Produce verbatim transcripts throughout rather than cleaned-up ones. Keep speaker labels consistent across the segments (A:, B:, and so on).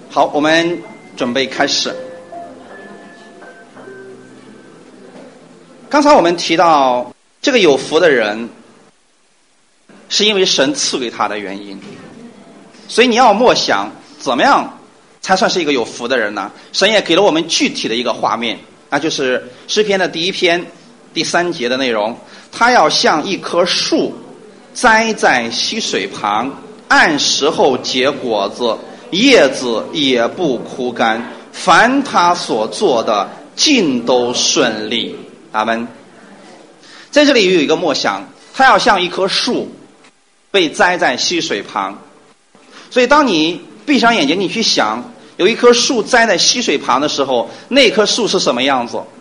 A: 好，我们准备开始。刚才我们提到这个有福的人是因为神赐给他的原因，所以你要默想怎么样才算是一个有福的人呢？神也给了我们具体的一个画面，那就是诗篇的第一篇第三节的内容，他要像一棵树栽在溪水旁，按时候结果子，叶子也不枯干，凡他所做的尽都顺利。阿们。在这里有一个默想，他要像一棵树被栽在溪水旁。所以当你闭上眼睛，你去想有一棵树栽在溪水旁的时候，那棵树是什么样子？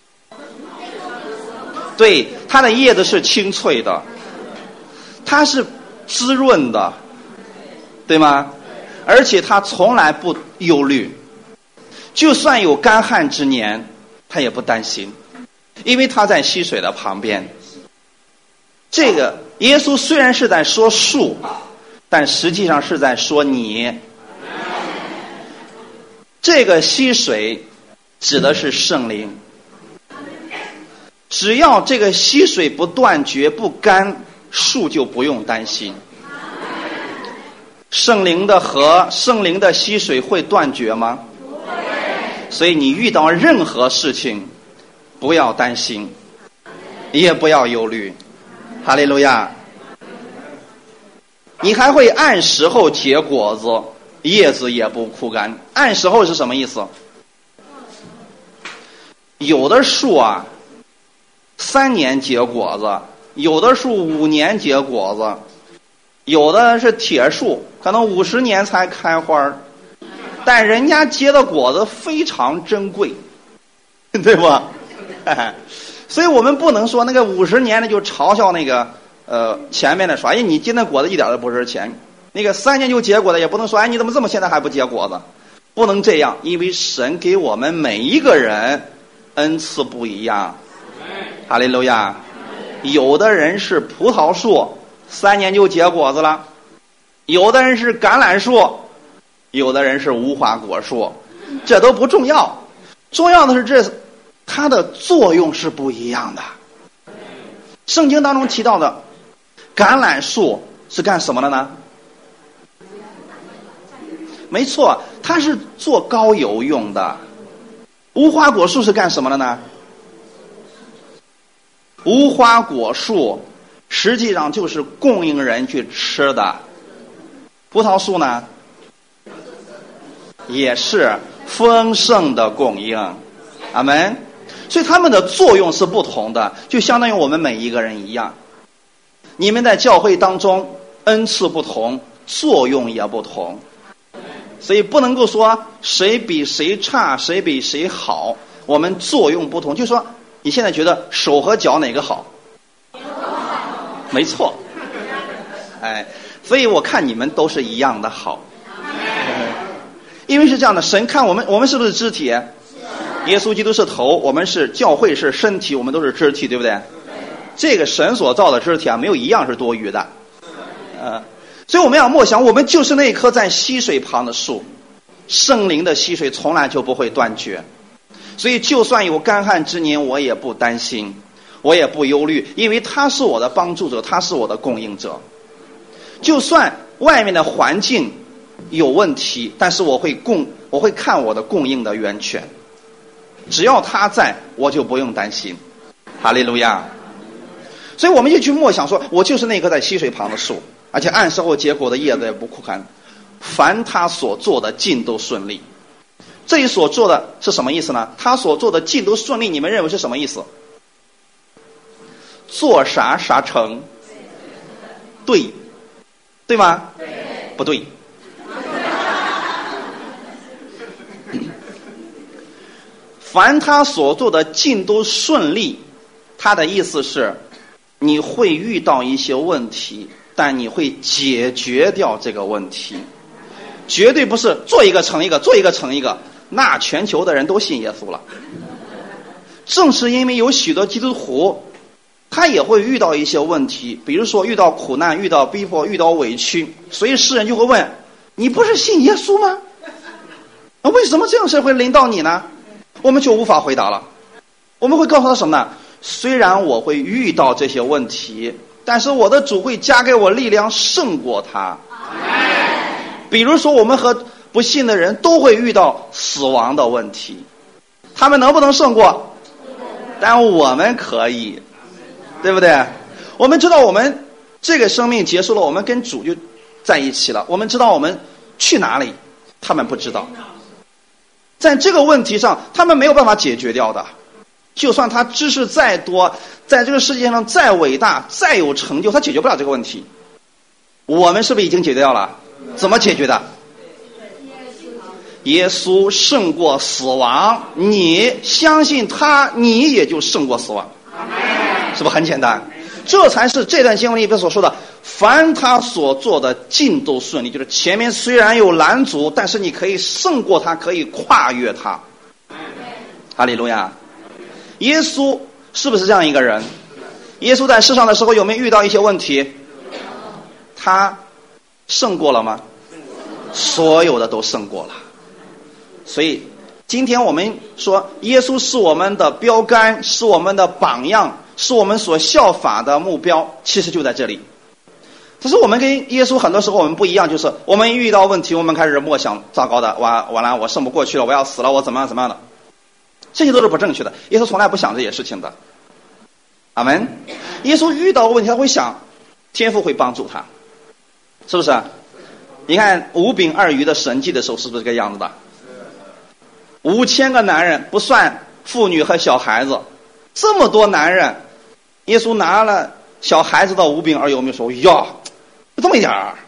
A: 对，它的叶子是清脆的，它是滋润的，对吗？而且它从来不忧虑，就算有干旱之年它也不担心，因为它在溪水的旁边。这个耶稣虽然是在说树，但实际上是在说你。这个溪水指的是圣灵，只要这个溪水不断绝不干，树就不用担心。圣灵的河，圣灵的溪水会断绝吗？所以你遇到任何事情不要担心，也不要忧虑。哈利路亚。你还会按时候结果子，叶子也不枯干。按时候是什么意思？有的树啊三年结果子，有的树五年结果子，有的是铁树可能五十年才开花，但人家结的果子非常珍贵，对吧？所以我们不能说那个五十年的就嘲笑那个呃前面的说，哎，你结那果子一点都不值钱。那个三年就结果的也不能说，哎，你怎么这么现在还不结果子？不能这样，因为神给我们每一个人恩赐不一样。哈利路亚。有的人是葡萄树，三年就结果子了；有的人是橄榄树，有的人是无花果树，这都不重要，重要的是这它的作用是不一样的。圣经当中提到的橄榄树是干什么的呢？没错，它是做膏油用的。无花果树是干什么的呢？无花果树实际上就是供应人去吃的。葡萄树呢，也是丰盛的供应。阿们。所以它们的作用是不同的，就相当于我们每一个人一样。你们在教会当中恩赐不同，作用也不同，所以不能够说谁比谁差，谁比谁好，我们作用不同。就说你现在觉得手和脚哪个好？没错。哎，所以我看你们都是一样的好。因为是这样的，神看我们，我们是不是肢体？耶稣基督是头，我们是教会是身体，我们都是肢体，对不对？这个神所造的肢体啊，没有一样是多余的。呃，所以我们要默想，我们就是那棵在溪水旁的树，圣灵的溪水从来就不会断绝。所以就算有干旱之年，我也不担心，我也不忧虑，因为他是我的帮助者，他是我的供应者。就算外面的环境有问题，但是我会供，我会看我的供应的源泉。只要他在，我就不用担心。哈利路亚。所以我们就去默想说，我就是那棵在溪水旁的树，而且按时候结果的叶子也不枯干，凡他所做的尽都顺利。这里所做的是什么意思呢？他所做的尽都顺利，你们认为是什么意思？做啥啥成，对，对吗？对。不对。凡他所做的尽都顺利，他的意思是你会遇到一些问题，但你会解决掉这个问题，绝对不是做一个成一个，做一个成一个，那全球的人都信耶稣了。正是因为有许多基督徒他也会遇到一些问题，比如说遇到苦难，遇到逼迫，遇到委屈，所以世人就会问，你不是信耶稣吗？ 那为什么这样事会临到你呢？我们就无法回答了。我们会告诉他什么呢？虽然我会遇到这些问题，但是我的主会加给我力量胜过他。比如说我们和不信的人都会遇到死亡的问题，他们能不能胜过？但我们可以，对不对？我们知道我们这个生命结束了，我们跟主就在一起了，我们知道我们去哪里，他们不知道。在这个问题上他们没有办法解决掉的，就算他知识再多，在这个世界上再伟大再有成就，他解决不了这个问题。我们是不是已经解决掉了？怎么解决的？耶稣胜过死亡，你相信他，你也就胜过死亡，是不是很简单？这才是这段经文里边所说的，凡他所做的尽都顺利。就是前面虽然有拦阻，但是你可以胜过他，可以跨越他。哈利路亚！耶稣是不是这样一个人？耶稣在世上的时候有没有遇到一些问题？他胜过了吗？所有的都胜过了。所以今天我们说耶稣是我们的标杆，是我们的榜样，是我们所效法的目标，其实就在这里。可是我们跟耶稣很多时候我们不一样，就是我们遇到问题，我们开始默想，糟糕的，完完了，我胜不过去了，我要死了，我怎么样怎么样的，这些都是不正确的。耶稣从来不想这些事情的。阿们。耶稣遇到问题他会想，天父会帮助他，是不是？你看五饼二鱼的神迹的时候是不是这个样子的？五千个男人不算妇女和小孩子，这么多男人，耶稣拿了小孩子的五饼二鱼，我们说呀，就这么一点儿。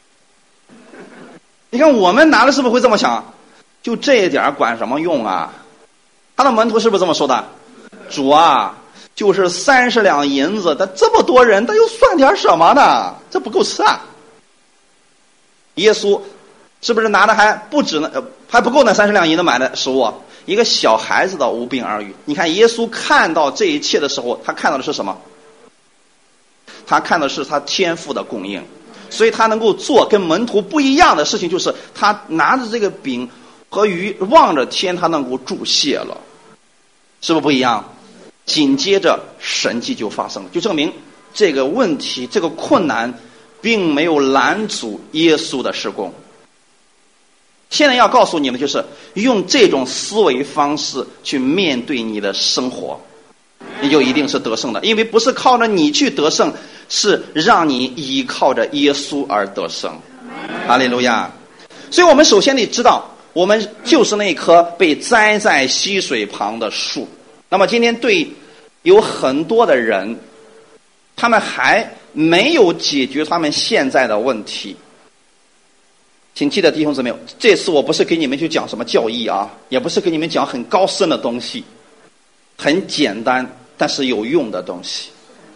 A: 你看我们拿的是不是会这么想？就这一点管什么用啊？他的门徒是不是这么说的？主啊，就是三十两银子，但这么多人，他又算点什么呢？这不够吃啊！耶稣是不是拿的还不止呢？还不够那三十两银子买的食物？一个小孩子的五饼二鱼。你看耶稣看到这一切的时候，他看到的是什么？他看的是他天父的供应，所以他能够做跟门徒不一样的事情，就是他拿着这个饼和鱼望着天，他能够注谢了，是不是不一样？紧接着神迹就发生了，就证明这个问题这个困难并没有拦阻耶稣的事工。现在要告诉你们，就是用这种思维方式去面对你的生活，你就一定是得胜的。因为不是靠着你去得胜，是让你依靠着耶稣而得胜。哈利路亚！所以我们首先得知道，我们就是那棵被栽在溪水旁的树。那么今天对有很多的人，他们还没有解决他们现在的问题。请记得弟兄姊妹，这次我不是给你们去讲什么教义啊，也不是给你们讲很高深的东西，很简单但是有用的东西。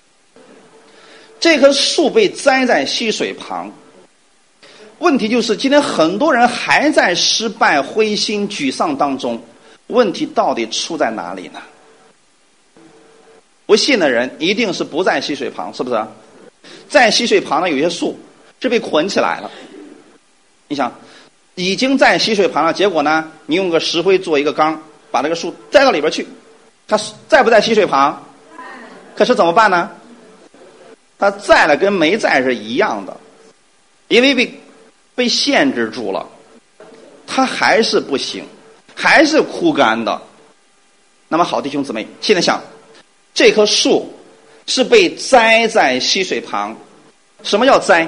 A: 这棵树被栽在溪水旁，问题就是今天很多人还在失败、灰心、沮丧当中，问题到底出在哪里呢？不信的人一定是不在溪水旁，是不是？在溪水旁呢，有些树是被捆起来了。你想，已经在溪水旁了，结果呢，你用个石灰做一个缸，把这个树栽到里边去，它在不在溪水旁？可是怎么办呢？它在了跟没在是一样的，因为被被限制住了，它还是不行，还是枯干的。那么好，弟兄姊妹，现在想，这棵树是被栽在溪水旁。什么叫栽？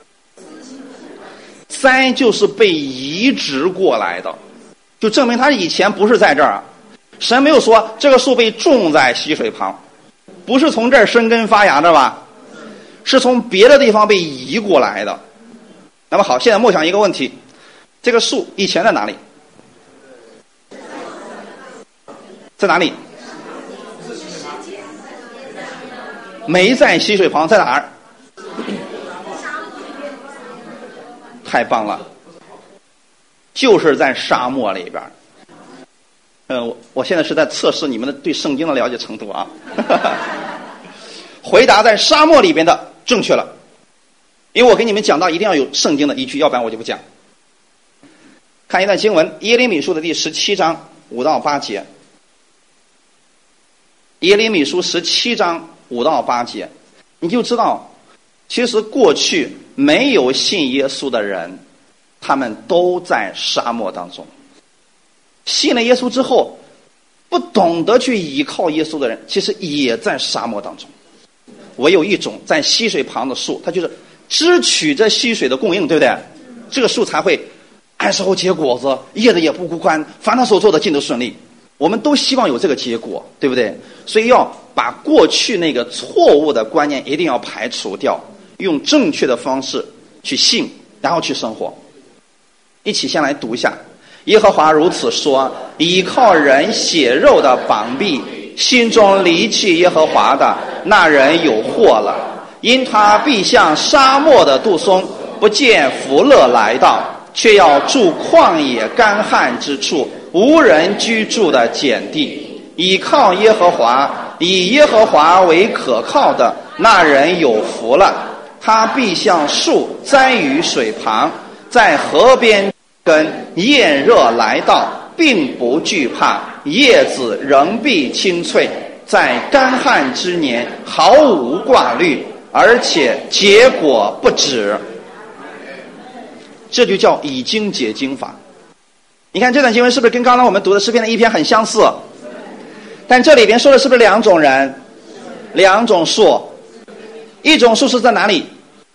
A: 栽就是被移植过来的，就证明它以前不是在这儿。神没有说这个树被种在溪水旁，不是从这儿生根发芽的吧？是从别的地方被移过来的。那么好，现在默想一个问题，这个树以前在哪里？在哪里？没在溪水旁，在哪儿？太棒了，就是在沙漠里边。嗯、呃，我我现在是在测试你们的对圣经的了解程度啊。回答在沙漠里边的正确了，因为我给你们讲到一定要有圣经的依据，要不然我就不讲。 看一段经文，耶利米书的第十七章五到八节。耶利米书十七章五到八节，你就知道，其实过去没有信耶稣的人，他们都在沙漠当中。信了耶稣之后，不懂得去依靠耶稣的人，其实也在沙漠当中。唯有一种在溪水旁的树，它就是支取着溪水的供应，对不对？这个树才会按时候结果子，叶子也不枯干，凡他所做的尽都顺利。我们都希望有这个结果，对不对？所以要把过去那个错误的观念一定要排除掉，用正确的方式去信，然后去生活。一起先来读一下，耶和华如此说，倚靠人血肉的膀臂，心中离弃耶和华的，那人有祸了。因他必像沙漠的杜松，不见福乐来到，却要住旷野干旱之处，无人居住的碱地。倚靠耶和华，以耶和华为可靠的，那人有福了。他必像树栽于水旁，在河边根，炎热来到，并不惧怕，叶子仍必青翠，在干旱之年毫无挂虑，而且结果不止。这就叫以经解经法。你看这段经文是不是跟刚刚我们读的诗篇的一篇很相似？但这里边说的是不是两种人，两种树？一种树是在哪里？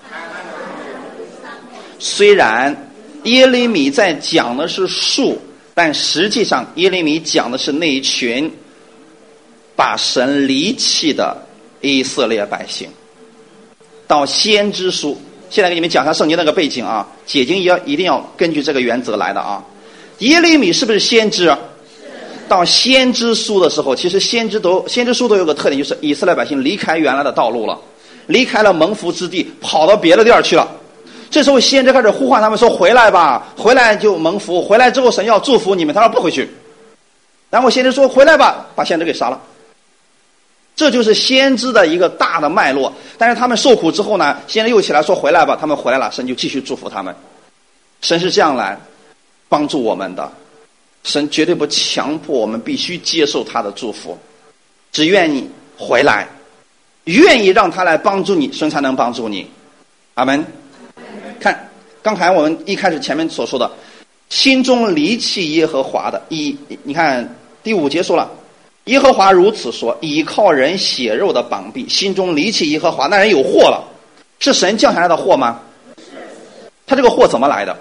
A: 虽然耶利米在讲的是树，但实际上耶利米讲的是那一群把神离弃的以色列百姓。到先知书，现在给你们讲一下圣经那个背景啊，解经也一定要根据这个原则来的啊。耶利米是不是先知？到先知书的时候，其实先知都先知书都有个特点，就是以色列百姓离开原来的道路了，离开了蒙福之地，跑到别的地儿去了。这时候先知开始呼唤他们说，回来吧，回来就蒙福，回来之后神要祝福你们。他说不回去。然后先知说回来吧，把先知给杀了。这就是先知的一个大的脉络。但是他们受苦之后呢，先知又起来说回来吧，他们回来了，神就继续祝福他们。神是这样来帮助我们的，神绝对不强迫我们必须接受他的祝福，只愿你回来，愿意让他来帮助你，神才能帮助你。阿们。看刚才我们一开始前面所说的，心中离弃耶和华的，一你看第五节说了，耶和华如此说，倚靠人血肉的膀臂，心中离弃耶和华，那人有祸了。是神降下来的祸吗？他这个祸怎么来的？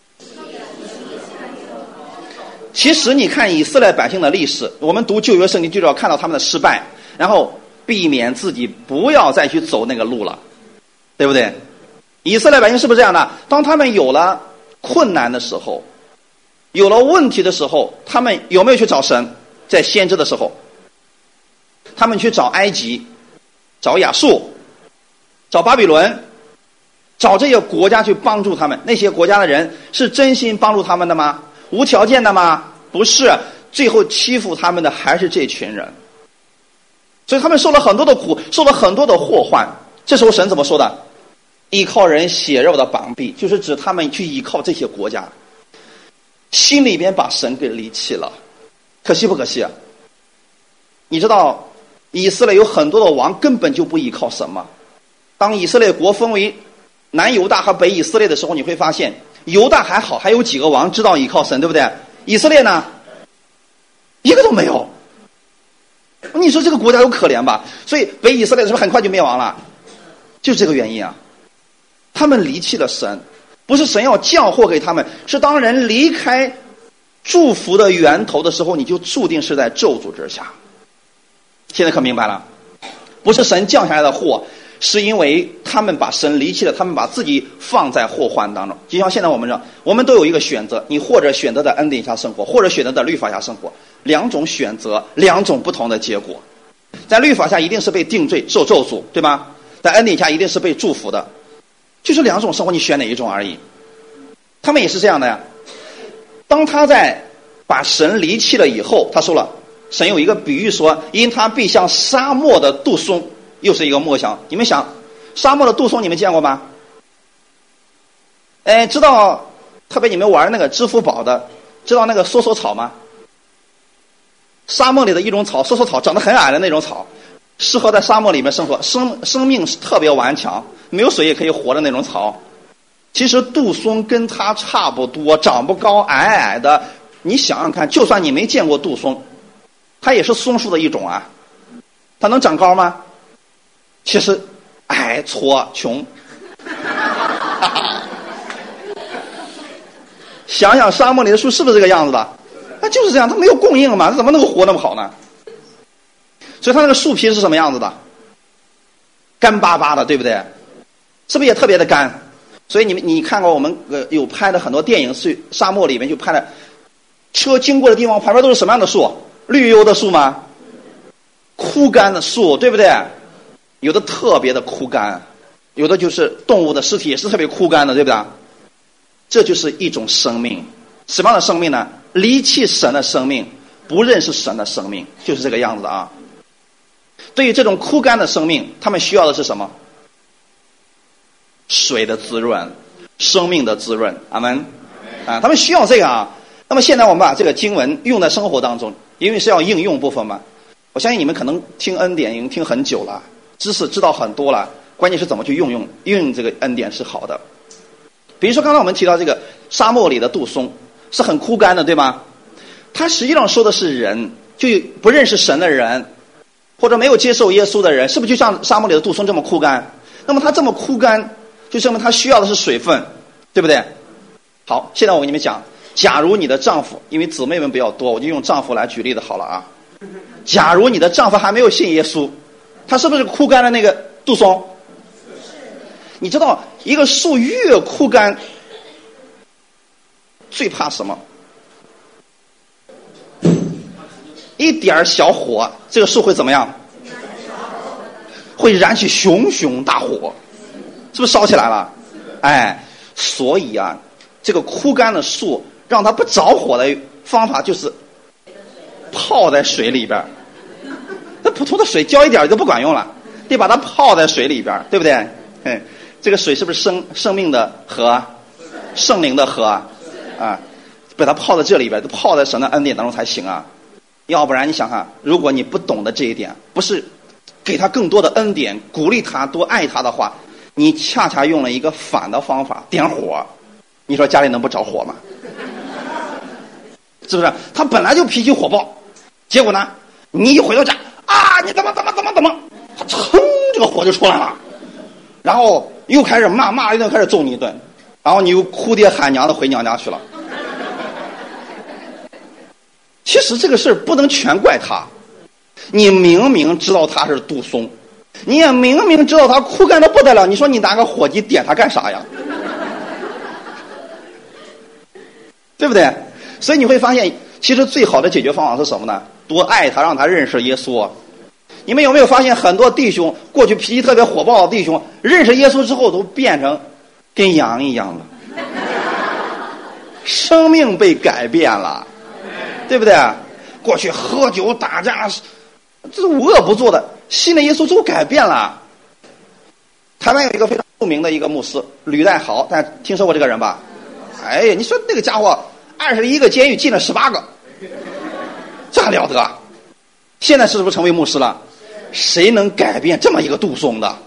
A: 其实你看以色列百姓的历史，我们读旧约圣经就要看到他们的失败，然后避免自己不要再去走那个路了，对不对？以色列百姓是不是这样的？当他们有了困难的时候，有了问题的时候，他们有没有去找神？在先知的时候，他们去找埃及，找亚述，找巴比伦，找这些国家去帮助他们。那些国家的人是真心帮助他们的吗？无条件的吗？不是，最后欺负他们的还是这群人。所以他们受了很多的苦，受了很多的祸患。这时候神怎么说的？依靠人血肉的膀臂，就是指他们去依靠这些国家，心里边把神给离弃了。可惜不可惜啊？你知道以色列有很多的王根本就不依靠什么。当以色列国分为南犹大和北以色列的时候，你会发现犹大还好，还有几个王知道依靠神，对不对？以色列呢，一个都没有。你说这个国家有可怜吧？所以北以色列是不是很快就灭亡了？就是这个原因啊。他们离弃了神，不是神要降祸给他们，是当人离开祝福的源头的时候，你就注定是在咒诅之下。现在可明白了？不是神降下来的祸，是因为他们把神离弃了，他们把自己放在祸患当中。就像现在我们这样，我们都有一个选择，你或者选择在恩典下生活，或者选择在律法下生活，两种选择，两种不同的结果。在律法下一定是被定罪受咒诅，对吗？在恩典下一定是被祝福的，就是两种生活，你选哪一种而已。他们也是这样的呀。当他在把神离弃了以后，他说了，神有一个比喻说，因他必像沙漠的杜松，又是一个默想。你们想沙漠的杜松你们见过吗？哎，知道特别你们玩那个支付宝的，知道那个梭梭草吗？沙漠里的一种草，梭梭草长得很矮的那种草，适合在沙漠里面生活，生生命特别顽强，没有水也可以活的那种草。其实杜松跟它差不多，长不高，矮矮的。你想想看，就算你没见过杜松，它也是松树的一种啊，它能长高吗？其实矮矬穷。想想沙漠里的树是不是这个样子的？那就是这样，它没有供应嘛，它怎么能够活那么好呢？所以它那个树皮是什么样子的？干巴巴的，对不对？是不是也特别的干？所以你们你看过我们呃有拍的很多电影，是沙漠里面就拍的，车经过的地方旁边都是什么样的树？绿油的树吗？枯干的树，对不对？有的特别的枯干，有的就是动物的尸体也是特别枯干的，对不对？这就是一种生命。什么样的生命呢？离弃神的生命，不认识神的生命，就是这个样子啊。对于这种枯干的生命，他们需要的是什么？水的滋润，生命的滋润。阿们啊，他们需要这个啊。那么现在我们把这个经文用在生活当中，因为是要应用部分嘛。我相信你们可能听恩典已经听很久了，知识知道很多了，关键是怎么去用用运用这个恩典是好的。比如说刚才我们提到这个沙漠里的杜松是很枯干的，对吗？他实际上说的是人，就不认识神的人，或者没有接受耶稣的人，是不是就像沙漠里的杜松这么枯干？那么他这么枯干，就证明他需要的是水分，对不对？好，现在我跟你们讲，假如你的丈夫，因为姊妹们比较多，我就用丈夫来举例子好了啊。假如你的丈夫还没有信耶稣，他是不是枯干的那个杜松？你知道一个树越枯干，最怕什么？一点小火，这个树会怎么样？会燃起熊熊大火，是不是烧起来了？哎，所以啊，这个枯干的树让它不着火的方法就是泡在水里边。那普通的水浇一点就不管用了，得把它泡在水里边，对不对？嗯，这个水是不是生生命的河，圣灵的河啊？啊，把它泡在这里边，泡在神的恩典当中才行啊。要不然你想想，如果你不懂得这一点，不是给他更多的恩典，鼓励他多爱他的话，你恰恰用了一个反的方法，点火。你说家里能不着火吗？是不是？他本来就脾气火爆，结果呢，你一回到家啊，你怎么怎么怎么怎么，他噌这个火就出来了，然后又开始骂骂一顿，开始揍你一顿，然后你又哭爹喊娘的回娘家去了。其实这个事儿不能全怪他，你明明知道他是杜松，你也明明知道他枯干的不得了，你说你拿个火机点他干啥呀？对不对？所以你会发现，其实最好的解决方法是什么呢？多爱他，让他认识耶稣。你们有没有发现，很多弟兄过去脾气特别火爆的弟兄，认识耶稣之后都变成跟羊一样了，生命被改变了。对不对？过去喝酒打架，这是无恶不作的，信了耶稣之后改变了。台湾有一个非常著名的一个牧师吕代豪，大家听说过这个人吧？哎呀，你说那个家伙二十一个监狱进了十八个，这还了得？现在是不是成为牧师了？谁能改变这么一个杜松的？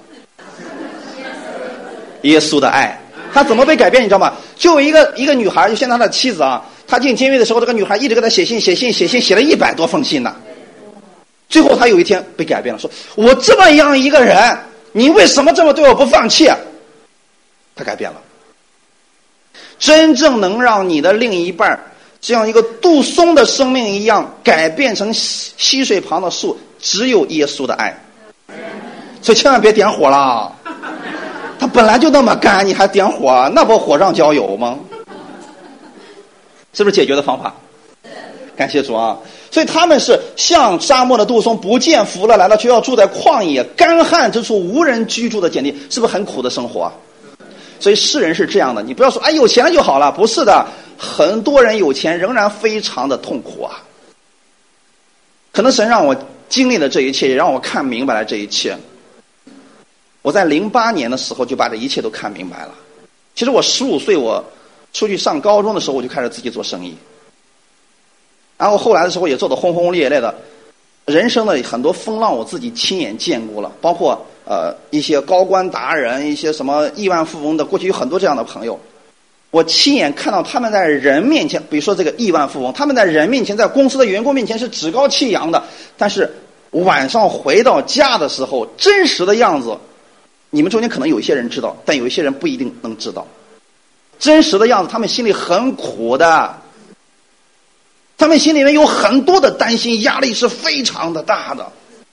A: 耶稣的爱，他怎么被改变？你知道吗？就有一个一个女孩，就现在他的妻子啊。他进监狱的时候，这个女孩一直给他写信写信写信写了一百多封信呢。最后他有一天被改变了，说我这么样一个人，你为什么这么对我不放弃？他改变了。真正能让你的另一半这样一个杜松的生命一样改变成溪水旁的树，只有耶稣的爱。所以千万别点火了，他本来就那么干，你还点火，那不火上浇油吗？是不是解决的方法？感谢主啊！所以他们是像沙漠的杜松，不见福了来了，却要住在旷野干旱之处，无人居住的碱地，是不是很苦的生活啊？所以世人是这样的，你不要说哎有钱了就好了，不是的，很多人有钱仍然非常的痛苦啊。可能神让我经历了这一切，也让我看明白了这一切。我在零八年的时候就把这一切都看明白了。其实我十五岁我出去上高中的时候，我就开始自己做生意。然后后来的时候也做得轰轰烈烈的，人生的很多风浪我自己亲眼见过了，包括呃一些高官达人，一些什么亿万富翁的，过去有很多这样的朋友，我亲眼看到他们在人面前，比如说这个亿万富翁，他们在人面前，在公司的员工面前是趾高气扬的，但是晚上回到家的时候，真实的样子，你们中间可能有一些人知道，但有一些人不一定能知道。真实的样子，他们心里很苦的，他们心里面有很多的担心，压力是非常的大的，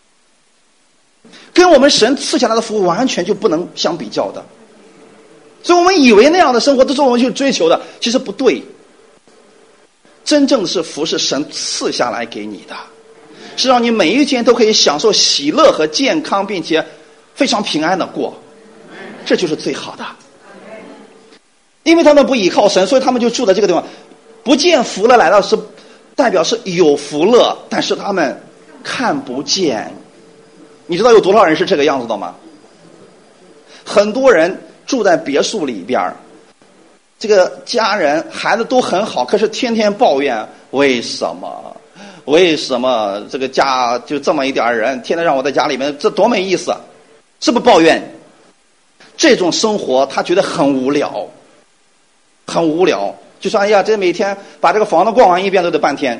A: 跟我们神赐下来的福务完全就不能相比较的。所以我们以为那样的生活都是我们去追求的，其实不对。真正的是福是神赐下来给你的，是让你每一天都可以享受喜乐和健康，并且非常平安的过，这就是最好的。因为他们不依靠神，所以他们就住在这个地方，不见福乐来到是代表是有福乐，但是他们看不见。你知道有多少人是这个样子的吗？很多人住在别墅里边，这个家人孩子都很好，可是天天抱怨为什么为什么这个家就这么一点人，天天让我在家里面，这多没意思，是不是抱怨？这种生活他觉得很无聊，很无聊，就说哎呀，这每天把这个房子逛完一遍都得半天，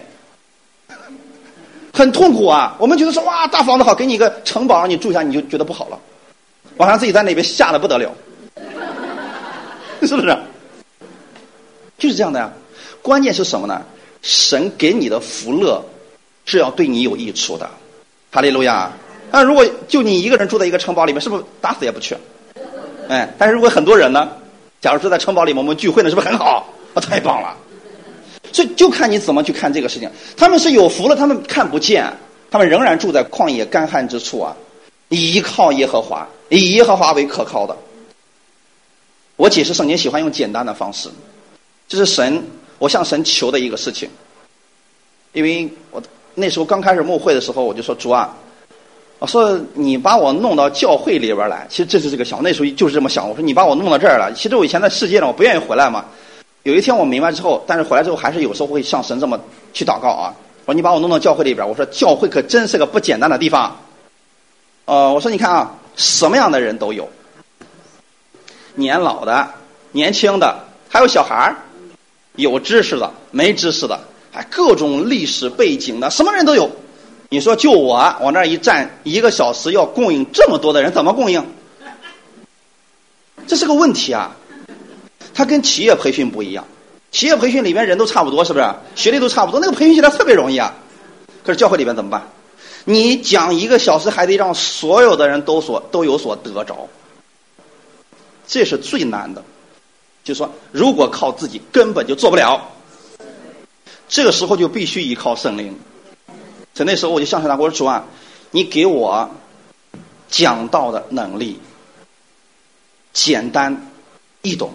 A: 很痛苦啊。我们觉得说哇，大房子好，给你一个城堡让你住下，你就觉得不好了，晚上自己在那边吓得不得了，是不是？就是这样的呀。关键是什么呢？神给你的福乐是要对你有益处的。哈利路亚。那如果就你一个人住在一个城堡里面，是不是打死也不去？哎，但是如果很多人呢，假如住在城堡里面，我们聚会呢，是不是很好？啊，太棒了！所以就看你怎么去看这个事情。他们是有福了，他们看不见，他们仍然住在旷野干旱之处啊，依靠耶和华，以耶和华为可靠的。我解释圣经喜欢用简单的方式，这是神，我向神求的一个事情。因为我那时候刚开始牧会的时候，我就说主啊，我说你把我弄到教会里边来，其实这是这个想，那时候就是这么想。我说你把我弄到这儿了，其实我以前在世界上我不愿意回来嘛。有一天我明白之后，但是回来之后还是有时候会向神这么去祷告啊。我说你把我弄到教会里边，我说教会可真是个不简单的地方。呃，我说你看啊，什么样的人都有，年老的、年轻的，还有小孩，有知识的、没知识的，还各种历史背景的，什么人都有。你说就我往那儿一站，一个小时要供应这么多的人，怎么供应？这是个问题啊。它跟企业培训不一样，企业培训里面人都差不多，是不是？学历都差不多，那个培训起来特别容易啊。可是教会里面怎么办？你讲一个小时，还得让所有的人都所都有所得着，这是最难的。就是说，如果靠自己，根本就做不了。这个时候就必须依靠圣灵。所以那时候我就向神祷告，我说主啊，你给我讲道的能力，简单易懂。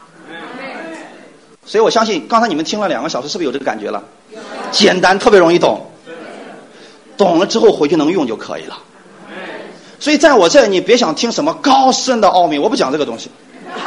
A: 所以我相信刚才你们听了两个小时，是不是有这个感觉了？简单，特别容易懂，懂了之后回去能用就可以了。所以在我这里，你别想听什么高深的奥秘，我不讲这个东西。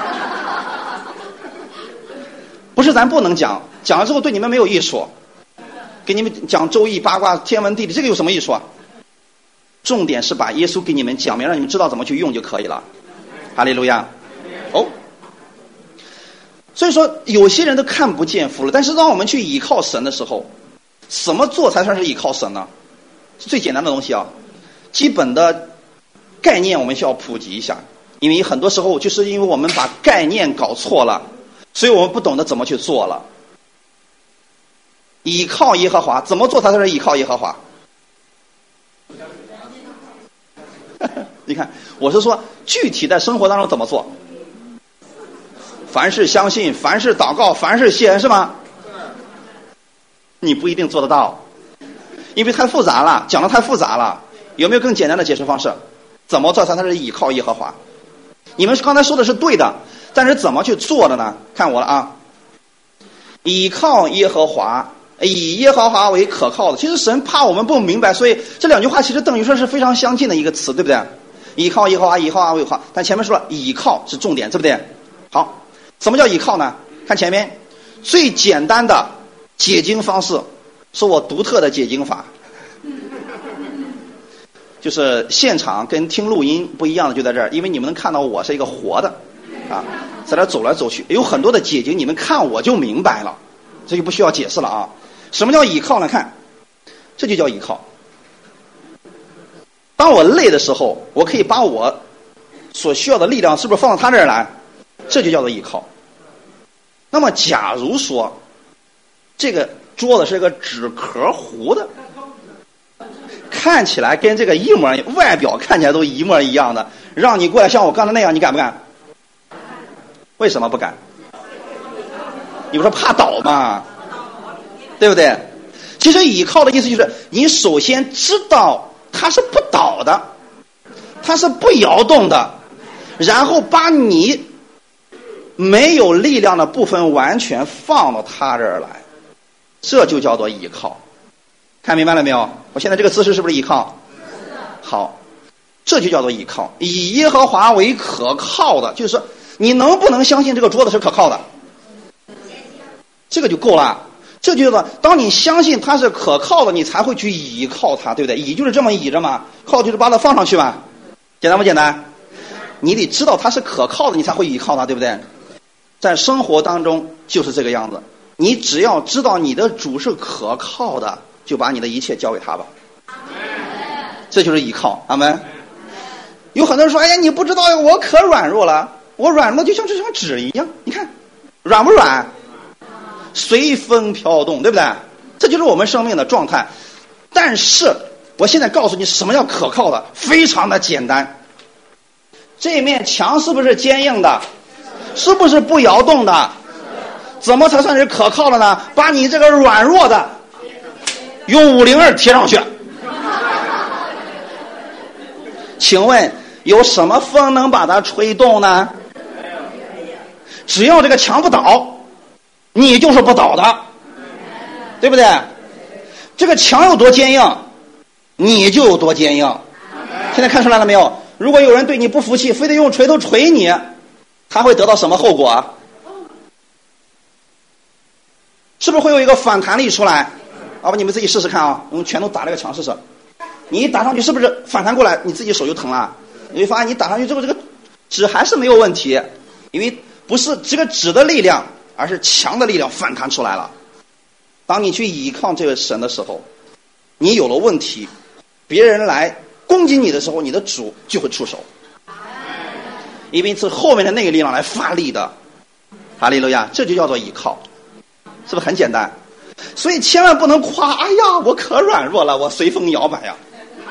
A: 不是咱不能讲，讲了之后对你们没有益处。给你们讲周易、八卦、天文地理，这个有什么益处啊？重点是把耶稣给你们讲明，让你们知道怎么去用就可以了。哈利路亚。哦，所以说有些人都看不见福了，但是当我们去倚靠神的时候，怎么做才算是倚靠神呢？最简单的东西啊，基本的概念我们需要普及一下。因为很多时候就是因为我们把概念搞错了，所以我们不懂得怎么去做了。倚靠耶和华，怎么做才算是倚靠耶和华？你看，我是说具体在生活当中怎么做。凡事相信，凡事祷告，凡事谢恩，是吗？你不一定做得到，因为太复杂了，讲的太复杂了。有没有更简单的解释方式？怎么做才算是倚靠耶和华？你们刚才说的是对的，但是怎么去做的呢？看我了啊！倚靠耶和华，以耶和华为可靠的。其实神怕我们不明白，所以这两句话其实等于说是非常相近的一个词，对不对？倚靠耶和华，以耶和华为可靠。但前面说了，倚靠是重点，对不对？好，什么叫倚靠呢？ 看前面，最简单的解经方式是我独特的解经法，就是现场跟听录音不一样的就在这儿，因为你们能看到我是一个活的啊，在这走来走去，有很多的解经你们看我就明白了，这就不需要解释了啊。什么叫倚靠呢？看，这就叫倚靠。当我累的时候，我可以把我所需要的力量是不是放到他这儿来，这就叫做倚靠。那么假如说这个桌子是个纸壳糊的，看起来跟这个一模外表看起来都一模一样的，让你过来像我刚才那样，你敢不敢？为什么不敢？你不说怕倒吗？对不对？其实倚靠的意思就是你首先知道它是不倒的，它是不摇动的，然后把你没有力量的部分完全放到它这儿来，这就叫做倚靠。看明白了没有？我现在这个姿势是不是倚靠？好，这就叫做倚靠。以耶和华为可靠的，就是你能不能相信这个桌子是可靠的？这个就够了。这就叫做当你相信它是可靠的，你才会去倚靠它，对不对？倚就是这么倚着嘛，靠就是把它放上去嘛，简单不简单？你得知道它是可靠的，你才会倚靠它，对不对？在生活当中就是这个样子，你只要知道你的主是可靠的，就把你的一切交给他吧，这就是倚靠。阿们。有很多人说，哎呀，你不知道我可软弱了，我软弱就像这张纸一样，你看软不软？随风飘动，对不对？这就是我们生命的状态。但是我现在告诉你什么叫可靠的，非常的简单。这面墙是不是坚硬的？是不是不摇动的？怎么才算是可靠的呢？把你这个软弱的用五零二贴上去。请问有什么风能把它吹动呢？只要这个墙不倒，你就是不倒的，对不对？这个墙有多坚硬，你就有多坚硬。现在看出来了没有？如果有人对你不服气，非得用锤头锤你，他会得到什么后果啊？是不是会有一个反弹力出来？要不你们自己试试看啊，用拳头打这个墙试试。你一打上去，是不是反弹过来，你自己手就疼了？你会发现你打上去之后，这个纸还是没有问题，因为不是这个纸的力量，而是墙的力量反弹出来了。当你去倚靠这个神的时候，你有了问题，别人来攻击你的时候，你的主就会出手，因为是后面的那个力量来发力的。哈利路亚，这就叫做倚靠，是不是很简单？所以千万不能夸，哎呀，我可软弱了，我随风摇摆呀。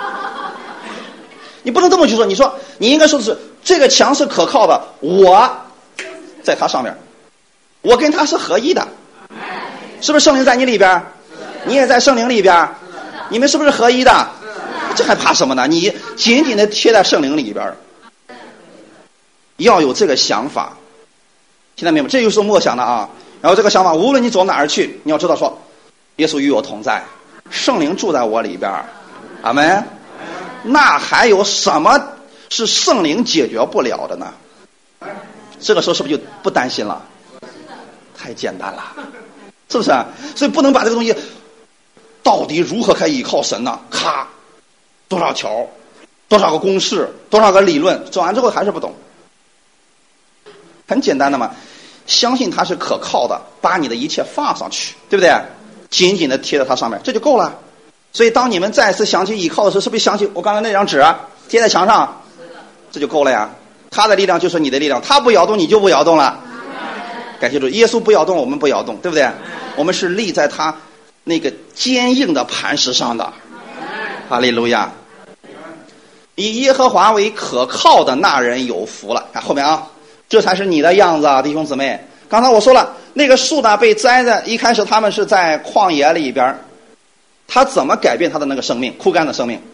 A: 你不能这么去说，你说你应该说的是这个墙是可靠的，我在它上面，我跟它是合一的，是不是圣灵在你里边？你也在圣灵里边，你们是不是合一的？这还怕什么呢？你紧紧的贴在圣灵里边，要有这个想法。听到没有？这就是默想的啊。然后这个想法，无论你走哪儿去，你要知道说，耶稣与我同在，圣灵住在我里边，阿们。那还有什么是圣灵解决不了的呢？这个时候是不是就不担心了？太简单了，是不是？所以不能把这个东西到底如何可以依靠神呢？咔，多少条，多少个公式，多少个理论，做完之后还是不懂。很简单的嘛，相信它是可靠的，把你的一切放上去，对不对？紧紧的贴在它上面，这就够了。所以当你们再次想起倚靠的时候，是不是想起我刚才那张纸贴在墙上？这就够了呀。他的力量就是你的力量，他不摇动你就不摇动了。感谢主，耶稣不摇动我们不摇动，对不对？我们是立在他那个坚硬的磐石上的。哈利路亚。以耶和华为可靠的那人有福了。看后面啊，这才是你的样子啊，弟兄姊妹。刚才我说了，那个树呢被栽在一开始他们是在旷野里边，他怎么改变他的那个生命，枯干的生命？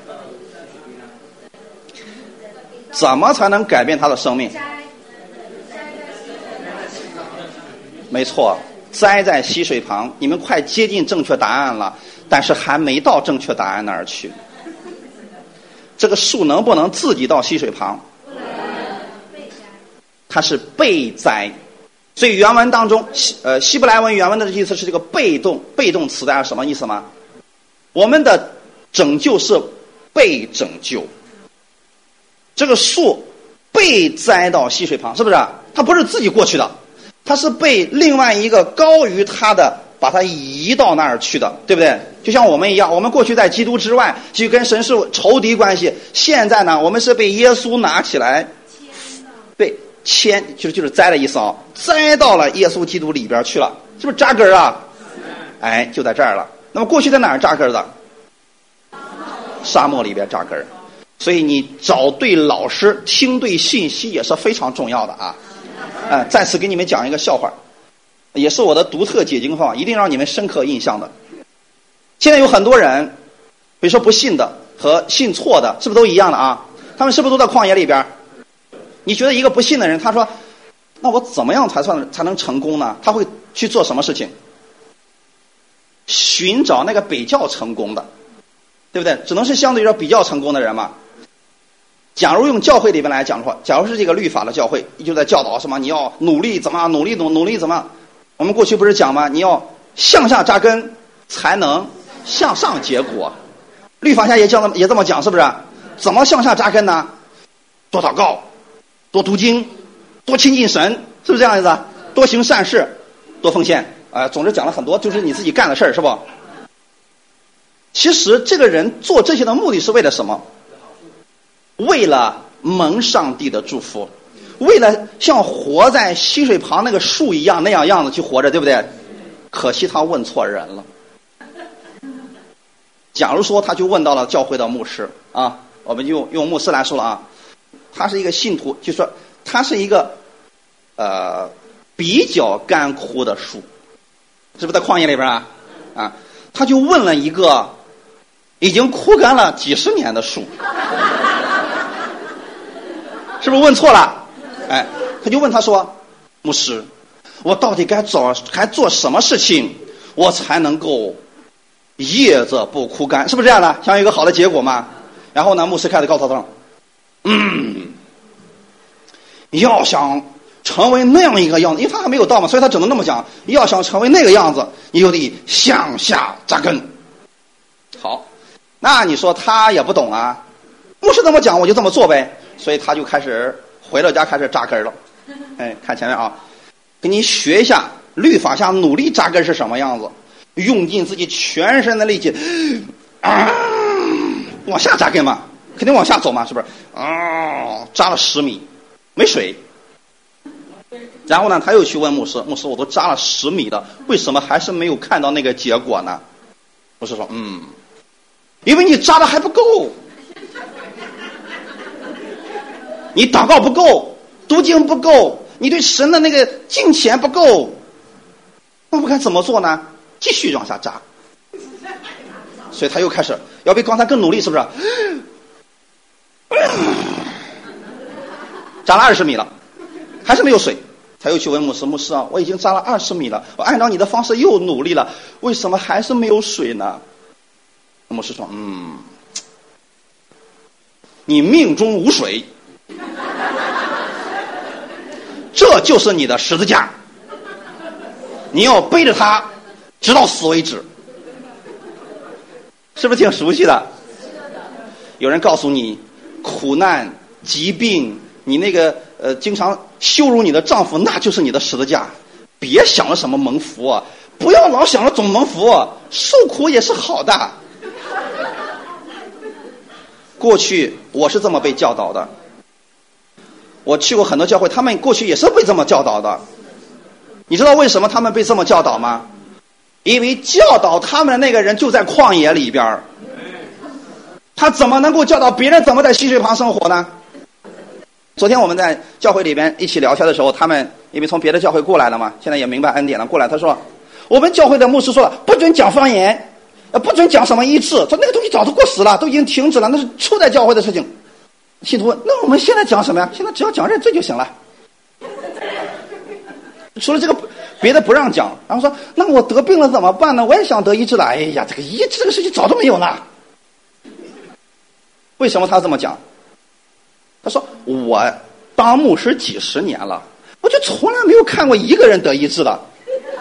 A: 怎么才能改变他的生命？没错，栽在溪水旁。你们快接近正确答案了，但是还没到正确答案那儿去。这个树能不能自己到溪水旁？它是被栽， 所以原文当中，呃，希伯来文原文的意思是这个被动被动词，大家什么意思吗？我们的拯救是被拯救，这个树被栽到溪水旁，是不是？它不是自己过去的，它是被另外一个高于它的把它移到那儿去的，对不对？就像我们一样，我们过去在基督之外就跟神是仇敌关系，现在呢我们是被耶稣拿起来被牵，就是就是栽的意思啊，栽到了耶稣基督里边去了，是不是扎根啊？哎，就在这儿了。那么过去在哪儿扎根的？沙漠里边扎根。所以你找对老师，听对信息也是非常重要的啊。呃，再次给你们讲一个笑话，也是我的独特解经方法，一定让你们深刻印象的。现在有很多人，比如说不信的和信错的，是不是都一样的啊？他们是不是都在旷野里边？你觉得一个不信的人，他说那我怎么样才算才能成功呢？他会去做什么事情？寻找那个比较成功的，对不对？只能是相对于说比较成功的人嘛。假如用教会里边来讲的话，假如是这个律法的教会，就在教导什么你要努力怎么样，努力努努力怎么样。我们过去不是讲吗？你要向下扎根才能向上结果。律法下也这样也这么讲，是不是？怎么向下扎根呢？多祷告，多读经，多亲近神，是不是这样子？多行善事，多奉献，啊、呃，总之讲了很多，就是你自己干的事儿，是不？其实这个人做这些的目的是为了什么？为了蒙上帝的祝福，为了像活在溪水旁那个树一样那样样子去活着，对不对？可惜他问错人了。假如说他就问到了教会的牧师啊，我们就用牧师来说了啊，他是一个信徒，就说他是一个呃比较干枯的树，是不是在旷野里边啊？啊，他就问了一个已经枯干了几十年的树。是不是问错了？哎，他就问他说：“牧师，我到底该做该做什么事情，我才能够叶子不枯干？是不是这样的？想有一个好的结果吗？”然后呢，牧师开始告诉他：“嗯，要想成为那样一个样子，因为他还没有到嘛，所以他只能那么讲。要想成为那个样子，你就得向下扎根。”好，那你说他也不懂啊？牧师这么讲，我就这么做呗。所以他就开始回到家开始扎根了。哎，看前面啊，给你学一下律法下努力扎根是什么样子，用尽自己全身的力气，啊，往下扎根嘛，肯定往下走嘛，是不是？啊，扎了十米，没水。然后呢，他又去问牧师，牧师，我都扎了十米了，为什么还是没有看到那个结果呢？牧师说，嗯，因为你扎的还不够。你祷告不够，读经不够，你对神的那个敬虔不够，那我该怎么做呢？继续往下扎。所以他又开始要比刚才更努力，是不是？扎了二十米了，还是没有水。他又去问牧师，牧师啊，我已经扎了二十米了，我按照你的方式又努力了，为什么还是没有水呢？牧师说，嗯，你命中无水。这就是你的十字架，你要背着它直到死为止，是不是挺熟悉的？有人告诉你苦难疾病，你那个呃经常羞辱你的丈夫，那就是你的十字架。别想着什么蒙福啊，不要老想着总蒙福啊，受苦也是好的。过去我是这么被教导的，我去过很多教会，他们过去也是被这么教导的。你知道为什么他们被这么教导吗？因为教导他们的那个人就在旷野里边，他怎么能够教导别人怎么在溪水旁生活呢？昨天我们在教会里边一起聊天的时候，他们因为从别的教会过来了嘛，现在也明白恩典了，过来他说，我们教会的牧师说了，不准讲方言，不准讲什么医治，说那个东西早都过时了，都已经停止了，那是初代教会的事情。信徒问，那我们现在讲什么呀？现在只要讲认罪就行了，除了这个别的不让讲。然后说，那我得病了怎么办呢？我也想得医治了。哎呀，这个医治这个事情早都没有了。为什么他这么讲？他说，我当牧师几十年了， 我就从来没有看过一个人得医治的，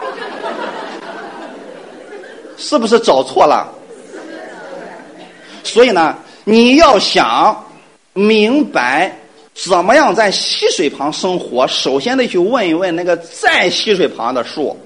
A: 是不是找错了？所以呢，你要想明白怎么样在溪水旁生活，首先得去问一问那个在溪水旁的树。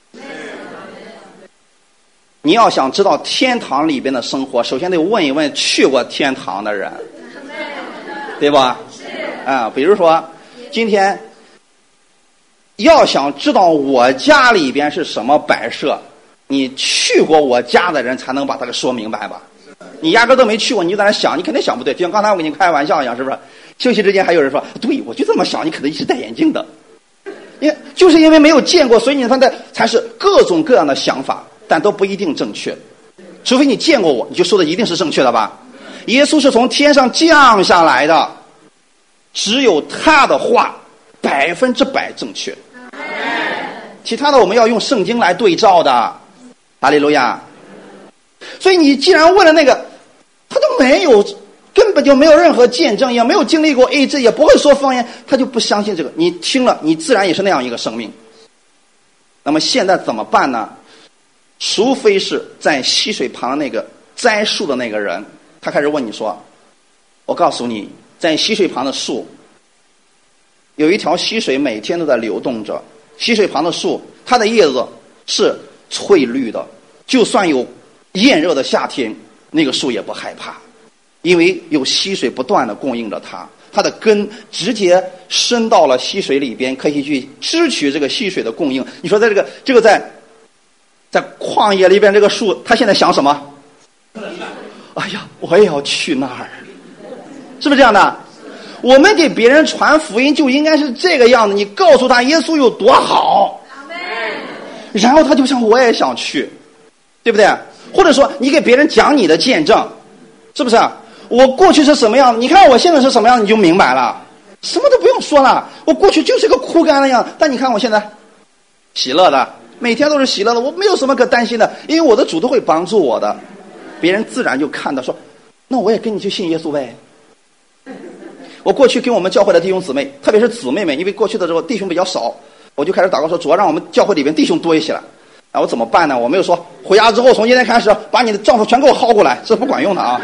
A: 你要想知道天堂里边的生活，首先得问一问去过天堂的人，对吧？啊、嗯，比如说今天要想知道我家里边是什么摆设，你去过我家的人才能把它给说明白吧。你压根都没去过，你就在那想，你肯定想不对。就像刚才我跟你开玩笑一样，是不是？休息之间还有人说，对，我就这么想，你可能是戴眼镜的。因为就是因为没有见过，所以你看的才是各种各样的想法，但都不一定正确。除非你见过我，你就说的一定是正确的吧？耶稣是从天上降下来的，只有他的话百分之百正确，其他的我们要用圣经来对照的。哈利路亚！所以你既然问了那个，他都没有，根本就没有任何见证，也没有经历过 A 治，也不会说方言，他就不相信这个。你听了，你自然也是那样一个生命。那么现在怎么办呢？除非是在溪水旁那个栽树的那个人，他开始问你说，我告诉你，在溪水旁的树有一条溪水每天都在流动着，溪水旁的树它的叶子是翠绿的，就算有炎热的夏天，那个树也不害怕，因为有溪水不断的供应着它，它的根直接伸到了溪水里边，可以去支取这个溪水的供应。你说在这个这个在在旷野里边，这个树它现在想什么？哎呀，我也要去那儿，是不是这样的？我们给别人传福音就应该是这个样子，你告诉他耶稣有多好，然后他就想我也想去，对不对？或者说你给别人讲你的见证，是不是？我过去是什么样，你看我现在是什么样，你就明白了，什么都不用说了。我过去就是个枯干的样，但你看我现在喜乐的，每天都是喜乐的，我没有什么可担心的，因为我的主都会帮助我的。别人自然就看到说，那我也跟你去信耶稣呗。我过去跟我们教会的弟兄姊妹，特别是姊妹们，因为过去的时候弟兄比较少，我就开始祷告说，主要让我们教会里边弟兄多一些了。啊，我怎么办呢？我没有说回家之后从今天开始把你的丈夫全给我薅过来，这不管用的啊。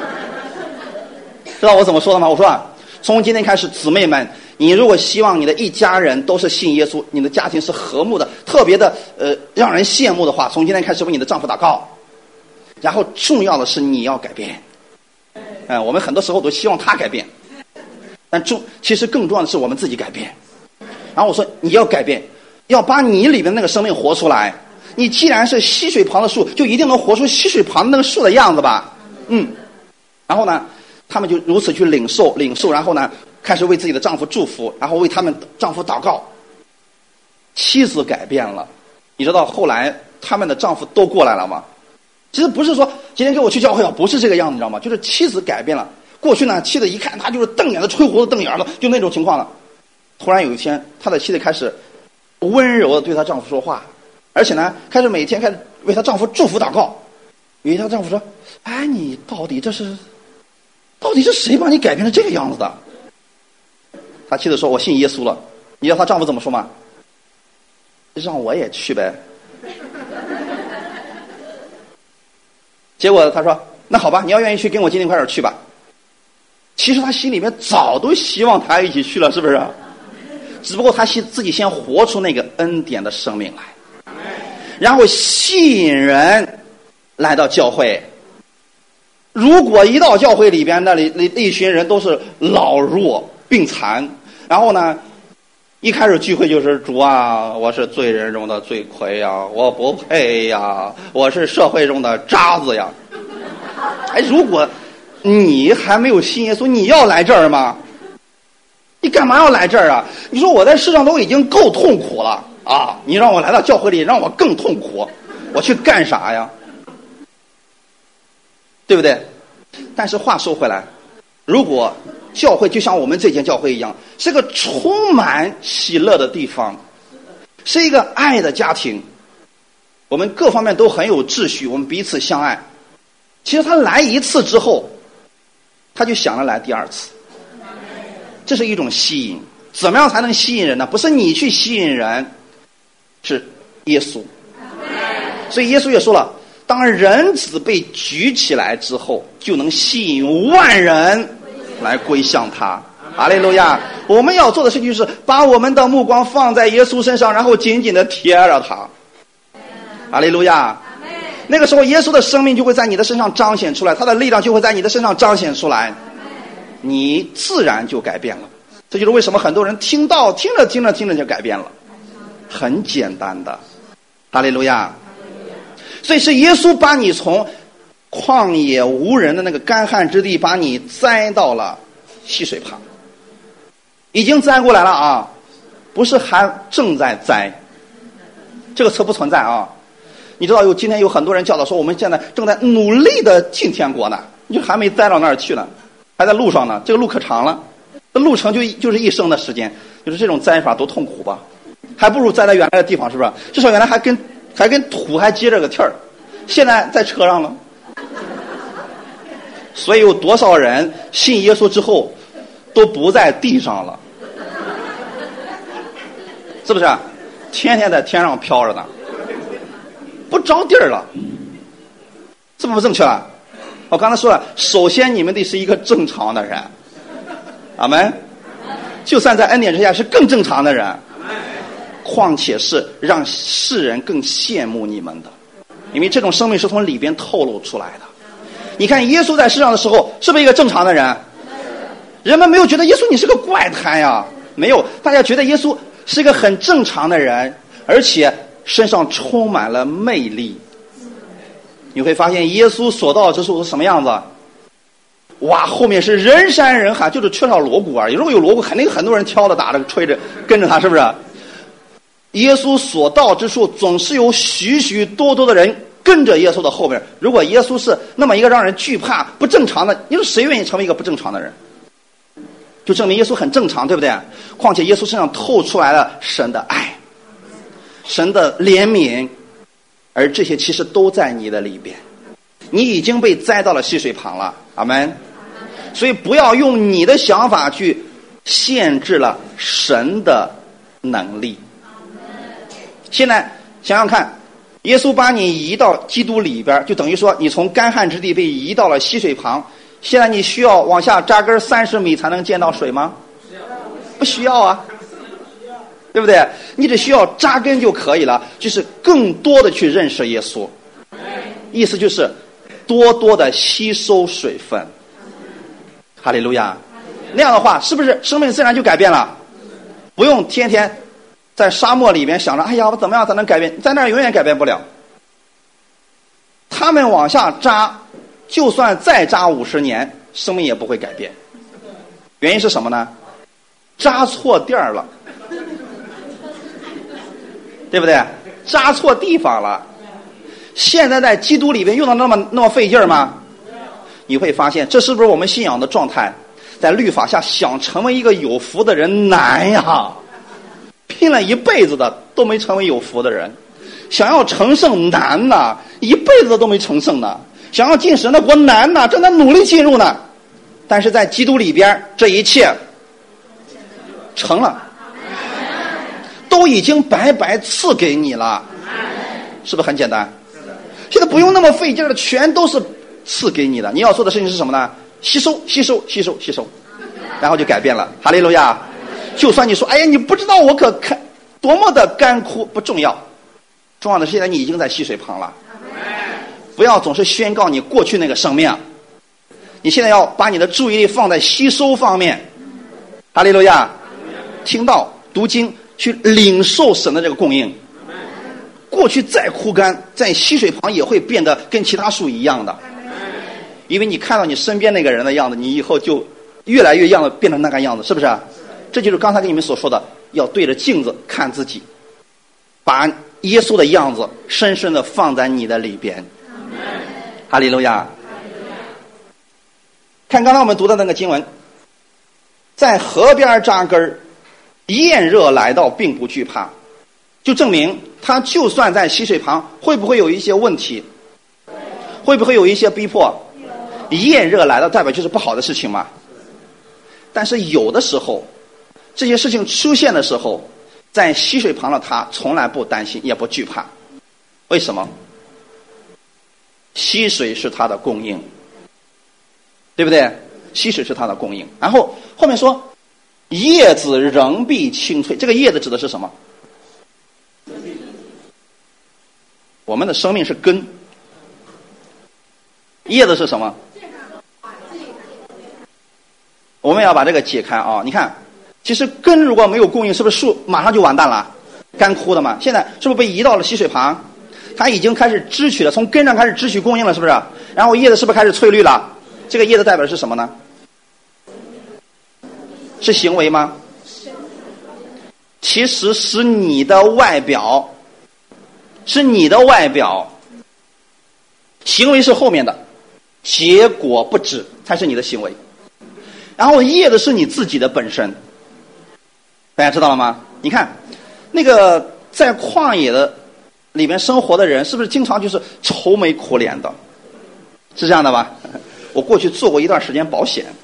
A: 知道我怎么说的吗？我说啊，从今天开始，姊妹们，你如果希望你的一家人都是信耶稣，你的家庭是和睦的，特别的呃让人羡慕的话，从今天开始为你的丈夫祷告。然后重要的是你要改变。呃，我们很多时候都希望他改变，但重其实更重要的是我们自己改变。然后我说你要改变，要把你里面那个生命活出来。你既然是溪水旁的树，就一定能活出溪水旁的那个树的样子吧。嗯。然后呢，他们就如此去领受领受，然后呢开始为自己的丈夫祝福，然后为他们丈夫祷告。妻子改变了，你知道后来他们的丈夫都过来了吗？其实不是说今天跟我去教会啊，不是这个样子，你知道吗？就是妻子改变了。过去呢，妻子一看他就是瞪眼的、吹胡子瞪眼的，就那种情况了。突然有一天，他的妻子开始温柔的对她丈夫说话，而且呢，开始每天开始为她丈夫祝福祷告。有一天，她丈夫说：“哎，你到底这是，到底是谁把你改变成这个样子的？”他妻子说：“我信耶稣了。”你知道她丈夫怎么说吗？让我也去呗。结果他说：“那好吧，你要愿意去，跟我今天快点去吧。”其实他心里面早都希望他一起去了，是不是？只不过他自己先活出那个恩典的生命来，然后吸引人来到教会。如果一到教会里边，那里那一群人都是老弱病残，然后呢，一开始聚会就是主啊，我是罪人中的罪魁呀，我不配呀，我是社会中的渣子呀。哎，如果你还没有信耶稣，你要来这儿吗？你干嘛要来这儿啊？你说我在世上都已经够痛苦了啊，你让我来到教会里，让我更痛苦，我去干啥呀？对不对？但是话说回来，如果教会就像我们这间教会一样，是个充满喜乐的地方，是一个爱的家庭，我们各方面都很有秩序，我们彼此相爱。其实他来一次之后，他就想着来第二次，这是一种吸引。 怎么样才能吸引人呢？不是你去吸引人，是耶稣。所以耶稣也说了，当人子被举起来之后，就能吸引万人来归向他。哈利路亚！我们要做的事情就是把我们的目光放在耶稣身上，然后紧紧的贴着他。哈利路亚！那个时候耶稣的生命就会在你的身上彰显出来，他的力量就会在你的身上彰显出来，你自然就改变了。这就是为什么很多人听到听着听着听着就改变了，很简单的。哈利路亚！所以是耶稣把你从旷野无人的那个干旱之地，把你栽到了溪水旁，已经栽过来了啊，不是还正在栽，这个词不存在啊。你知道有今天有很多人教导说我们现在正在努力的进天国呢，你就还没栽到那儿去呢，还在路上呢，这个路可长了，这路程就就是一生的时间，就是这种栽法多痛苦吧，还不如栽在原来的地方，是不是？至少原来还跟还跟土还接着个气儿，现在在车上了。所以有多少人信耶稣之后都不在地上了，是不是？天天在天上飘着呢，不着地儿了，是不是不正确啊？我刚才说了，首先你们得是一个正常的人，阿们。就算在恩典之下是更正常的人，况且是让世人更羡慕你们的，因为这种生命是从里边透露出来的。你看耶稣在世上的时候是不是一个正常的人？人们没有觉得耶稣你是个怪胎呀，没有，大家觉得耶稣是一个很正常的人，而且身上充满了魅力。你会发现耶稣所到之处是什么样子？哇，后面是人山人海，就是缺少锣鼓而已。如果有锣鼓，肯定很多人挑着打着吹着跟着他，是不是？耶稣所到之处总是有许许多多的人跟着耶稣的后面。如果耶稣是那么一个让人惧怕不正常的，你说谁愿意成为一个不正常的人？就证明耶稣很正常，对不对？况且耶稣身上透出来了神的爱，神的怜悯，而这些其实都在你的里边，你已经被栽到了溪水旁了，阿们。所以不要用你的想法去限制了神的能力。现在想想看，耶稣把你移到基督里边，就等于说你从干旱之地被移到了溪水旁。现在你需要往下扎根三十米才能见到水吗？不需要啊，对不对？你只需要扎根就可以了，就是更多的去认识耶稣。意思就是多多的吸收水分。哈利路亚！那样的话，是不是生命自然就改变了？不用天天在沙漠里面想着，哎呀，我怎么样才能改变？在那儿永远改变不了。他们往下扎，就算再扎五十年，生命也不会改变。原因是什么呢？扎错地儿了，对不对？扎错地方了。现在在基督里面用到那么那么费劲吗？你会发现，这是不是我们信仰的状态？在律法下想成为一个有福的人难呀，拼了一辈子的都没成为有福的人。想要成圣难呐，一辈子都没成圣呢。想要进神的国难呐，正在努力进入呢。但是在基督里边，这一切成了，都已经白白赐给你了，是不是很简单？现在不用那么费劲的，全都是赐给你的。你要做的事情是什么呢？吸收吸收吸收吸收，然后就改变了。哈利路亚！就算你说哎呀你不知道我可看多么的干枯，不重要，重要的是现在你已经在溪水旁了。不要总是宣告你过去那个生命，你现在要把你的注意力放在吸收方面。哈利路亚！听到读经去领受神的这个供应。过去再枯干，在溪水旁也会变得跟其他树一样的，因为你看到你身边那个人的样子，你以后就越来越样子变成那个样子，是不是？这就是刚才跟你们所说的，要对着镜子看自己，把耶稣的样子深深的放在你的里边。哈利路亚！看刚才我们读的那个经文，在河边扎根，炎热来到并不惧怕，就证明他就算在溪水旁，会不会有一些问题？会不会有一些逼迫？炎热来到代表就是不好的事情嘛。但是有的时候， 这些事情出现的时候，在溪水旁的他从来不担心也不惧怕。为什么？溪水是他的供应，对不对？溪水是他的供应。然后后面说叶子仍必青翠，这个叶子指的是什么？我们的生命是根，叶子是什么？我们要把这个解开啊！你看，其实根如果没有供应，是不是树马上就完蛋了，干枯的嘛？现在是不是被移到了溪水旁？它已经开始支取了，从根上开始支取供应了，是不是？然后叶子是不是开始翠绿了？这个叶子代表的是什么呢？是行为吗？其实是你的外表，是你的外表，行为是后面的，结果不止才是你的行为。然后叶子是你自己的本身，大家知道了吗？你看那个在旷野的里面生活的人，是不是经常就是愁眉苦脸的？是这样的吧？我过去做过一段时间保险。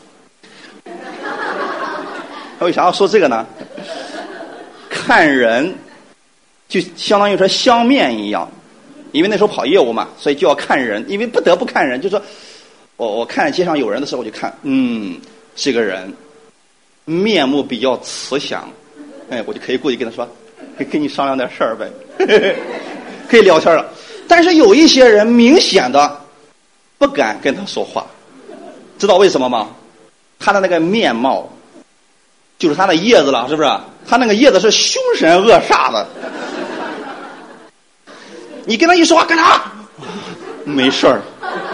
A: 为啥要说这个呢？看人就相当于说相面一样，因为那时候跑业务嘛，所以就要看人，因为不得不看人。就说我我看街上有人的时候，我就看，嗯，这个人面目比较慈祥，哎，我就可以过去跟他说，可以跟你商量点事儿呗，可以聊天了。但是有一些人明显的不敢跟他说话，知道为什么吗？他的那个面貌就是他的叶子了，是不是？他那个叶子是凶神恶煞的。你跟他一说话干啥？没事儿。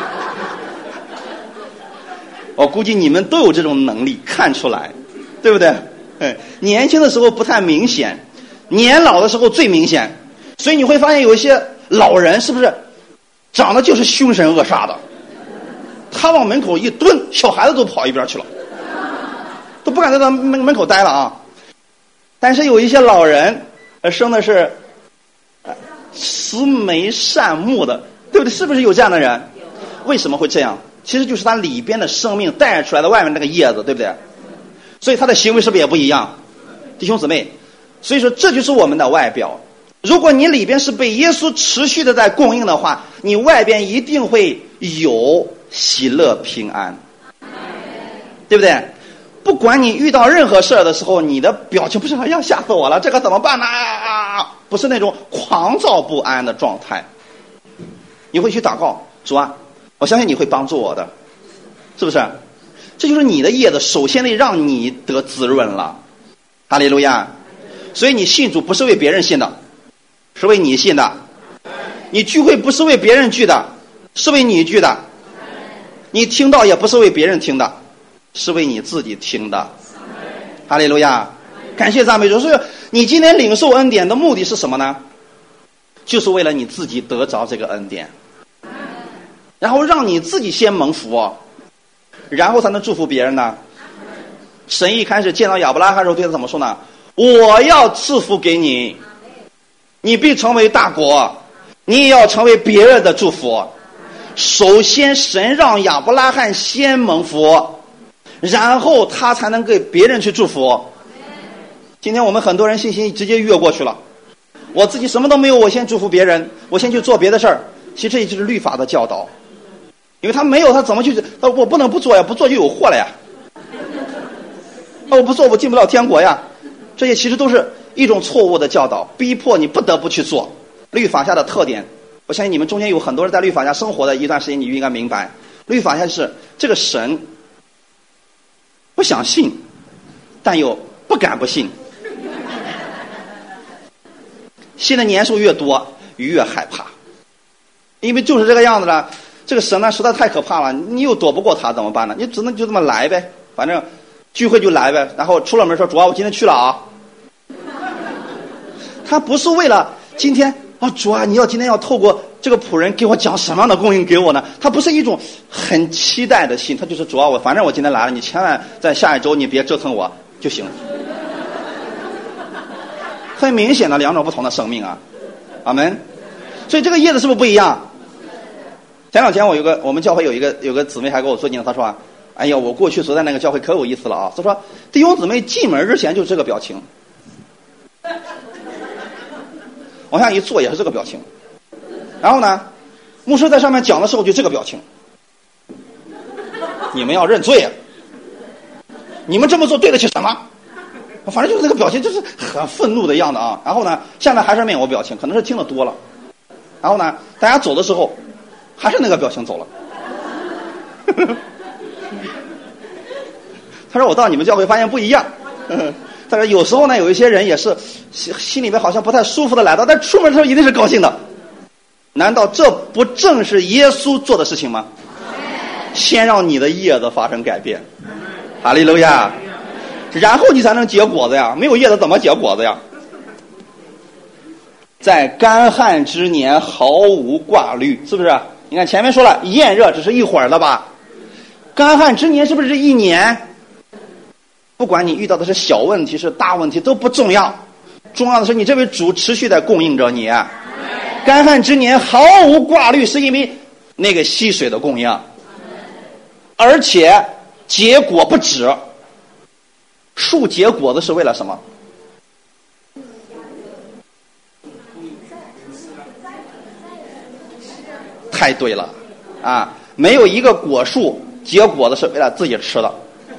A: 我估计你们都有这种能力看出来，对不对？哎，年轻的时候不太明显，年老的时候最明显。所以你会发现有一些老人是不是长得就是凶神恶煞的？他往门口一蹲，小孩子都跑一边去了，都不敢在他门门口待了啊。但是有一些老人生的是慈眉善目的，对不对？是不是有这样的人？为什么会这样？其实就是他里边的生命带出来的外面那个叶子，对不对？所以他的行为是不是也不一样？弟兄姊妹，所以说这就是我们的外表。如果你里边是被耶稣持续的在供应的话，你外边一定会有喜乐平安，对不对？不管你遇到任何事儿的时候，你的表情不是哎呀吓死我了，这个怎么办呢？啊，不是那种狂躁不安的状态。你会去祷告，主啊，我相信你会帮助我的，是不是？这就是你的叶子首先得让你得滋润了，哈利路亚。所以你信主不是为别人信的，是为你信的。你聚会不是为别人聚的，是为你聚的。你听到也不是为别人听的，是为你自己听的，哈利路亚。感谢赞美主。所以你今天领受恩典的目的是什么呢？就是为了你自己得着这个恩典，然后让你自己先蒙福，然后才能祝福别人呢。神一开始见到亚伯拉罕的时候对他怎么说呢？我要赐福给你，你必成为大国，你也要成为别人的祝福。首先神让亚伯拉罕先蒙福，然后他才能给别人去祝福。今天我们很多人信心直接越过去了，我自己什么都没有，我先祝福别人，我先去做别的事儿。其实这也就是律法的教导，因为他没有，他怎么去？他我不能不做呀，不做就有祸了呀。我不做，我进不了天国呀。这些其实都是一种错误的教导，逼迫你不得不去做。律法下的特点，我相信你们中间有很多人在律法下生活的一段时间，你应该明白，律法下是这个神不想信，但又不敢不信。信的年数越多，越害怕，因为就是这个样子了。这个神呢实在太可怕了，你又躲不过他，怎么办呢？你只能就这么来呗，反正聚会就来呗。然后出了门说主啊，我今天去了啊。他不是为了今天啊，主啊，你要今天要透过这个仆人给我讲什么样的供应给我呢？他不是一种很期待的心，他就是主啊，我反正我今天来了，你千万在下一周你别折腾我就行了。很明显的两种不同的生命啊，阿门。所以这个叶子是不是不一样？前两天我有个我们教会有一个有个姊妹还给我做见证，她说啊， 哎呀，我过去所在那个教会可有意思了啊！他说弟兄姊妹进门之前就这个表情，往下一坐也是这个表情，然后呢，牧师在上面讲的时候就这个表情。你们要认罪啊！你们这么做对得起什么？反正就是这个表情，就是很愤怒的样子啊。然后呢，下面还是面无表情，可能是听得多了。然后呢，大家走的时候还是那个表情走了。他说我到你们教会发现不一样。他说有时候呢，有一些人也是心心里面好像不太舒服的来到，但出门的时候一定是高兴的。难道这不正是耶稣做的事情吗？先让你的叶子发生改变，哈利路亚，然后你才能结果子呀，没有叶子怎么结果子呀？在干旱之年毫无挂虑，是不是？你看前面说了，炎热只是一会儿的吧，干旱之年是不是一年？不管你遇到的是小问题是大问题都不重要，重要的是你这位主持续在供应着你。干旱之年毫无挂虑，是因为那个溪水的供应，而且结果不止。树结果子是为了什么？太对了啊！没有一个果树结果子是为了自己吃的，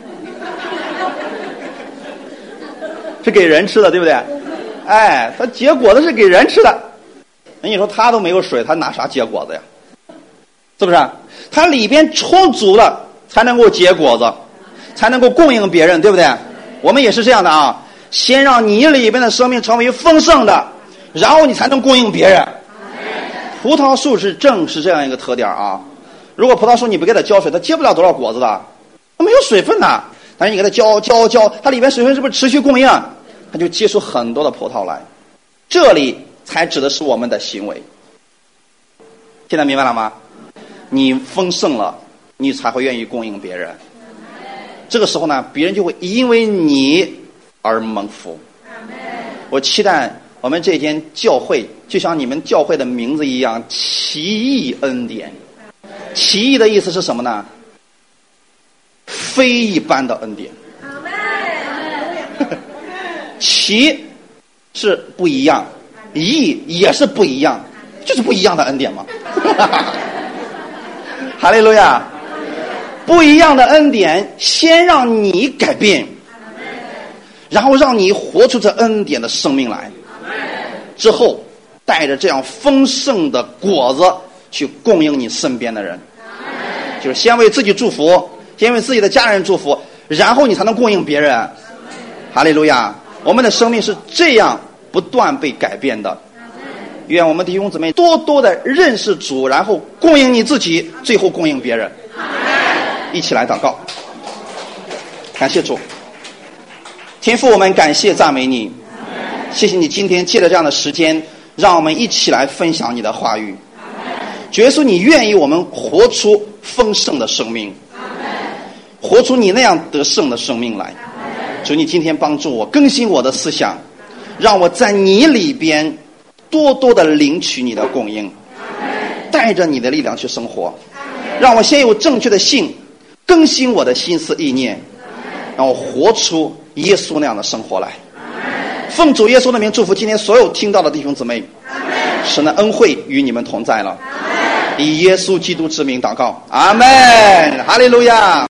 A: 是给人吃的，对不对？哎，它结果子是给人吃的。那你说它都没有水，它拿啥结果子呀？是不是？它里边充足了才能够结果子，才能够供应别人，对不对？我们也是这样的啊，先让你里边的生命成为丰盛的，然后你才能供应别人。葡萄树是正是这样一个特点啊。如果葡萄树你不给它浇水，它结不了多少果子的，它没有水分的。但是你给它浇浇浇，它里边水分是不是持续供应？它就结出很多的葡萄来。这里才指的是我们的行为。现在明白了吗？你丰盛了，你才会愿意供应别人。这个时候呢，别人就会因为你而蒙福。我期待我们这间教会就像你们教会的名字一样，奇异恩典。奇异的意思是什么呢？非一般的恩典。奇是不一样，异也是不一样，就是不一样的恩典嘛。哈利路亚！不一样的恩典，先让你改变，然后让你活出这恩典的生命来，之后带着这样丰盛的果子去供应你身边的人。就是先为自己祝福，先为自己的家人祝福，然后你才能供应别人。哈利路亚！我们的生命是这样不断被改变的。愿我们弟兄姊妹多多的认识主，然后供应你自己，最后供应别人。一起来祷告。感谢主，天父，我们感谢赞美你，谢谢你今天借着这样的时间，让我们一起来分享你的话语。主耶稣，你愿意我们活出丰盛的生命，活出你那样得胜的生命来。主，你今天帮助我更新我的思想，让我在你里边多多的领取你的供应，带着你的力量去生活，让我先有正确的信，更新我的心思意念，让我活出耶稣那样的生活来。奉主耶稣的名祝福今天所有听到的弟兄姊妹，神的恩惠与你们同在了。以耶稣基督之名祷告，阿们，哈利路亚。